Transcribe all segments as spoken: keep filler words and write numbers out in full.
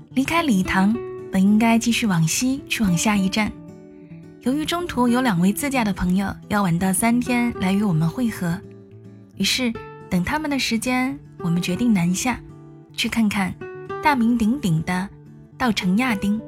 离开礼堂，本应该继续往西去往下一站。由于中途有两位自驾的朋友要晚到三天来与我们会合，于是等他们的时间，我们决定南下，去看看大名鼎鼎的稻城亚丁。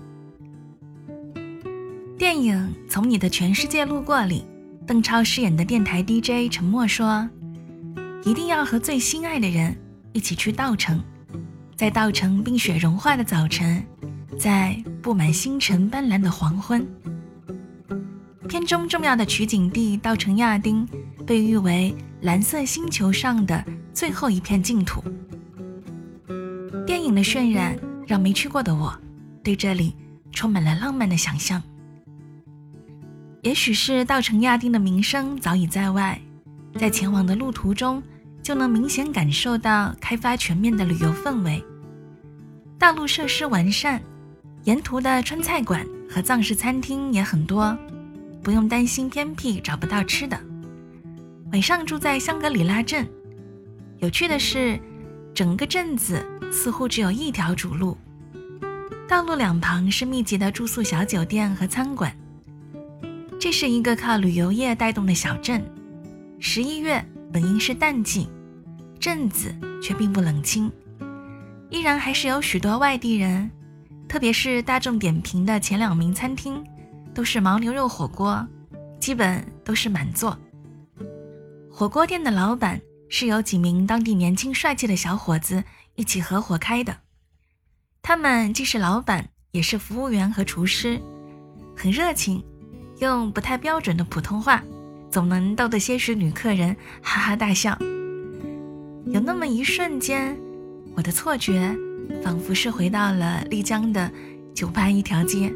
电影《从你的全世界路过》里，邓超饰演的电台 D J 沉默说，一定要和最心爱的人一起去稻城，在稻城冰雪融化的早晨，在布满星辰斑斓的黄昏。片中重要的取景地稻城亚丁被誉为蓝色星球上的最后一片净土。电影的渲染让没去过的我对这里充满了浪漫的想象。也许是稻城亚丁的名声早已在外，在前往的路途中就能明显感受到开发全面的旅游氛围。道路设施完善，沿途的川菜馆和藏式餐厅也很多，不用担心偏僻找不到吃的。晚上住在香格里拉镇，有趣的是，整个镇子似乎只有一条主路，道路两旁是密集的住宿小酒店和餐馆。这是一个靠旅游业带动的小镇。十一月本应是淡季，镇子却并不冷清，依然还是有许多外地人，特别是大众点评的前两名餐厅都是牦牛肉火锅，基本都是满座。火锅店的老板是由几名当地年轻帅气的小伙子一起合伙开的，他们既是老板也是服务员和厨师，很热情，用不太标准的普通话总能逗得些许女客人哈哈大笑。有那么一瞬间，我的错觉仿佛是回到了丽江的酒吧一条街。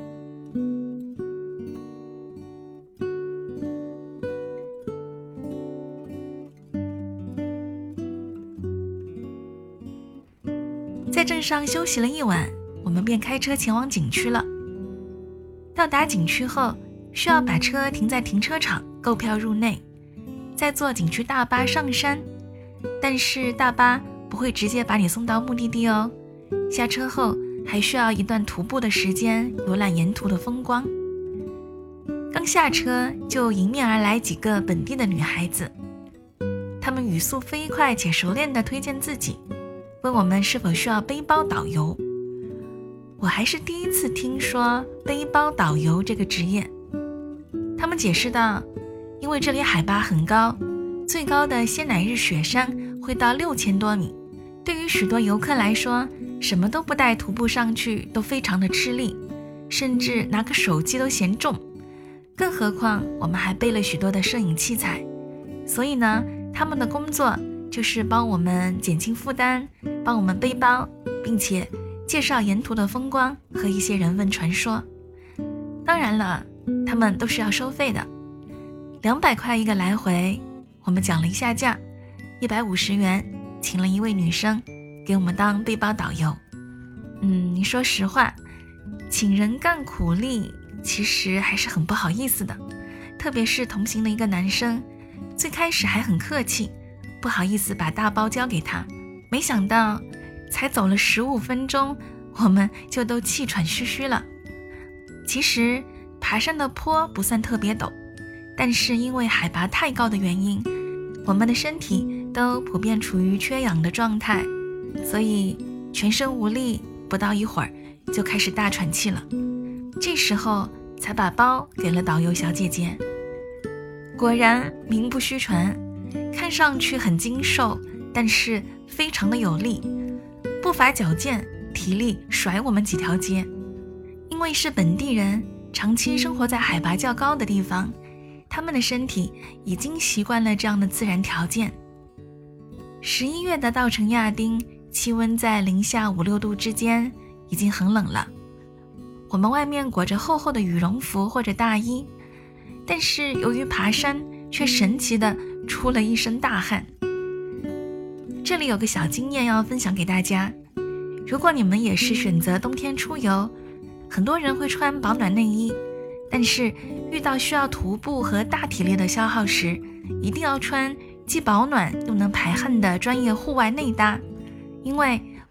在镇上休息了一晚，我们便开车前往景区了。到达景区后，需要把车停在停车场购票入内，再坐景区大巴上山。但是大巴不会直接把你送到目的地哦，下车后还需要一段徒步的时间游览沿途的风光。刚下车就迎面而来几个本地的女孩子，她们语速飞快且熟练地推荐自己，问我们是否需要背包导游。我还是第一次听说背包导游这个职业。他们解释道，因为这里海拔很高，最高的仙乃日雪山会到六千多米，对于许多游客来说，什么都不带徒步上去都非常的吃力，甚至拿个手机都嫌重，更何况我们还背了许多的摄影器材。所以呢，他们的工作就是帮我们减轻负担，帮我们背包，并且介绍沿途的风光和一些人文传说。当然了，他们都是要收费的，两百块一个来回。我们讲了一下价，一百五十元，请了一位女生给我们当背包导游。嗯，说实话，请人干苦力其实还是很不好意思的，特别是同行的一个男生，最开始还很客气，不好意思把大包交给他，没想到才走了十五分钟，我们就都气喘吁吁了。其实爬山的坡不算特别陡，但是因为海拔太高的原因，我们的身体都普遍处于缺氧的状态，所以全身无力，不到一会儿就开始大喘气了。这时候才把包给了导游小姐姐。果然名不虚传，看上去很精瘦，但是非常的有力，步伐矫健，体力甩我们几条街。因为是本地人，长期生活在海拔较高的地方，他们的身体已经习惯了这样的自然条件。十一月的稻城亚丁，气温在零下五六度之间，已经很冷了。我们外面裹着厚厚的羽绒服或者大衣，但是由于爬山，却神奇地出了一身大汗。这里有个小经验要分享给大家，如果你们也是选择冬天出游，很多人会穿保暖内衣，但是遇到需要徒步和大体力的消耗时，一定要穿既保暖又能排汗的专业户外内搭，因为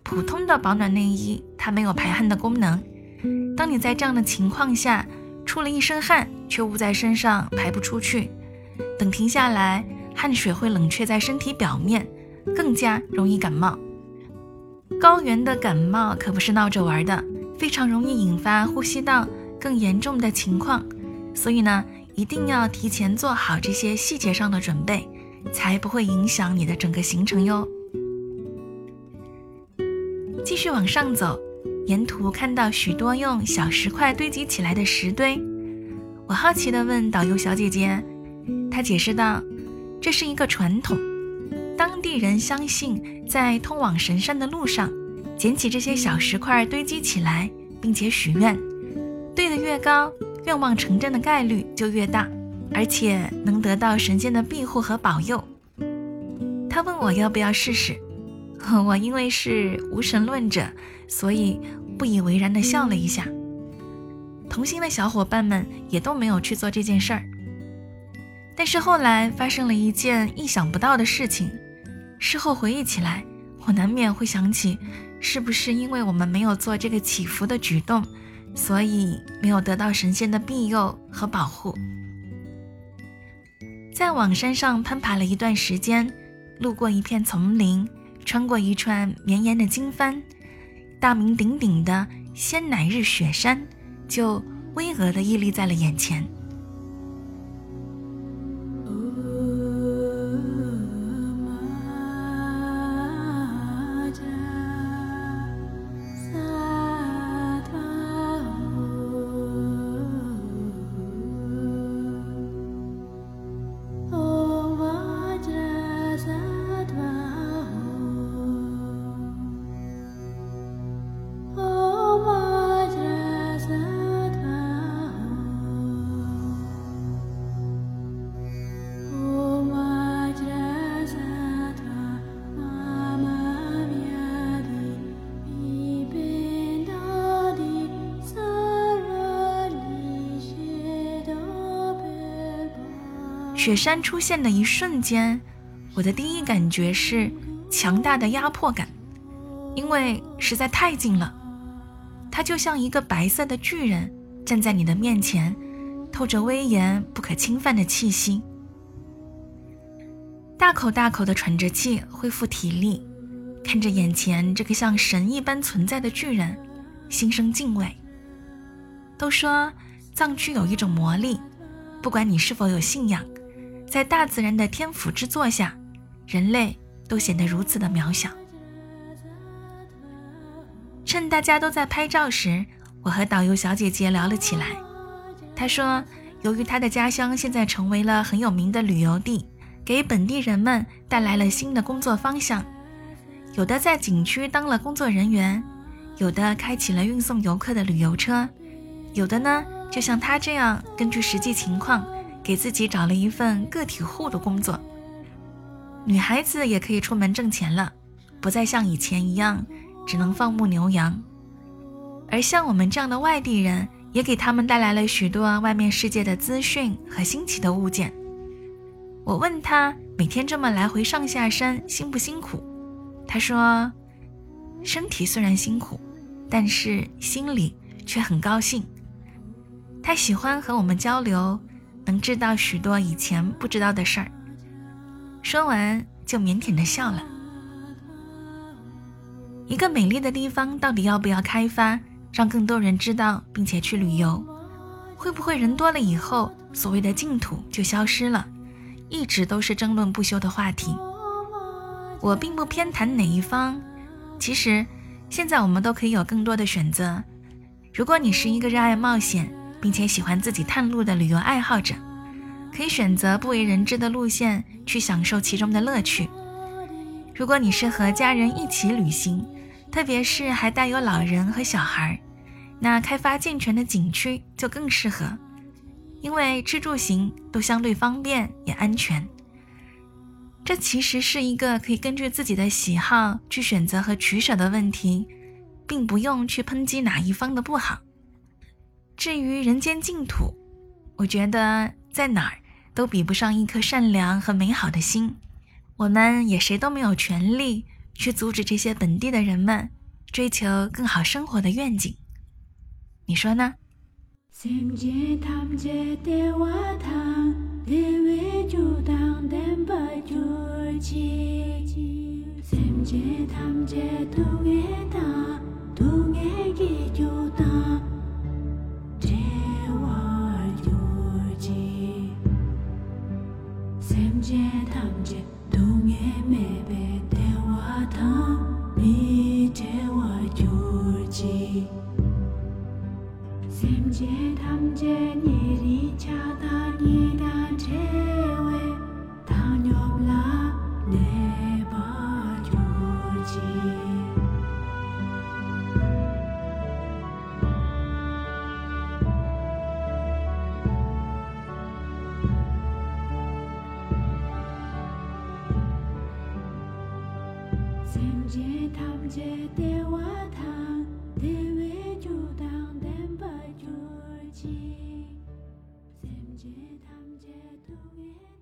普通的保暖内衣它没有排汗的功能，当你在这样的情况下出了一身汗，却捂在身上排不出去，等停下来，汗水会冷却在身体表面，更加容易感冒。高原的感冒可不是闹着玩的，非常容易引发呼吸道更严重的情况，所以呢，一定要提前做好这些细节上的准备，才不会影响你的整个行程哟。继续往上走，沿途看到许多用小石块堆积起来的石堆，我好奇地问导游小姐姐，她解释道，这是一个传统，当地人相信在通往神山的路上，捡起这些小石块堆积起来，并且许愿，堆得越高，愿望成真的概率就越大，而且能得到神仙的庇护和保佑。她问我要不要试试，我因为是无神论者，所以不以为然地笑了一下。同行的小伙伴们也都没有去做这件事儿。但是后来发生了一件意想不到的事情，事后回忆起来，我难免会想起，是不是因为我们没有做这个祈福的举动，所以没有得到神仙的庇佑和保护。再往山上攀爬了一段时间，路过一片丛林，穿过一串绵延的经幡，大名鼎鼎的仙乃日雪山就巍峨地屹立在了眼前。雪山出现的一瞬间，我的第一感觉是强大的压迫感，因为实在太近了，它就像一个白色的巨人站在你的面前，透着威严不可侵犯的气息。大口大口地喘着气，恢复体力，看着眼前这个像神一般存在的巨人，心生敬畏。都说藏区有一种魔力，不管你是否有信仰，在大自然的天府之作下，人类都显得如此的渺小。趁大家都在拍照时，我和导游小姐姐聊了起来。她说，由于她的家乡现在成为了很有名的旅游地，给本地人们带来了新的工作方向，有的在景区当了工作人员，有的开启了运送游客的旅游车，有的呢，就像她这样，根据实际情况给自己找了一份个体户的工作。女孩子也可以出门挣钱了，不再像以前一样只能放牧牛羊。而像我们这样的外地人，也给他们带来了许多外面世界的资讯和新奇的物件。我问她每天这么来回上下山辛不辛苦，她说身体虽然辛苦，但是心里却很高兴。她喜欢和我们交流，能知道许多以前不知道的事儿。说完就腼腆地笑了。一个美丽的地方到底要不要开发，让更多人知道并且去旅游？会不会人多了以后，所谓的净土就消失了？一直都是争论不休的话题。我并不偏袒哪一方，其实现在我们都可以有更多的选择。如果你是一个热爱冒险并且喜欢自己探路的旅游爱好者，可以选择不为人知的路线去享受其中的乐趣。如果你是和家人一起旅行，特别是还带有老人和小孩，那开发健全的景区就更适合，因为吃住行都相对方便也安全。这其实是一个可以根据自己的喜好去选择和取舍的问题，并不用去抨击哪一方的不好。至于人间净土，我觉得在哪儿都比不上一颗善良和美好的心。我们也谁都没有权利去阻止这些本地的人们追求更好生活的愿景。你说呢？ Tham gia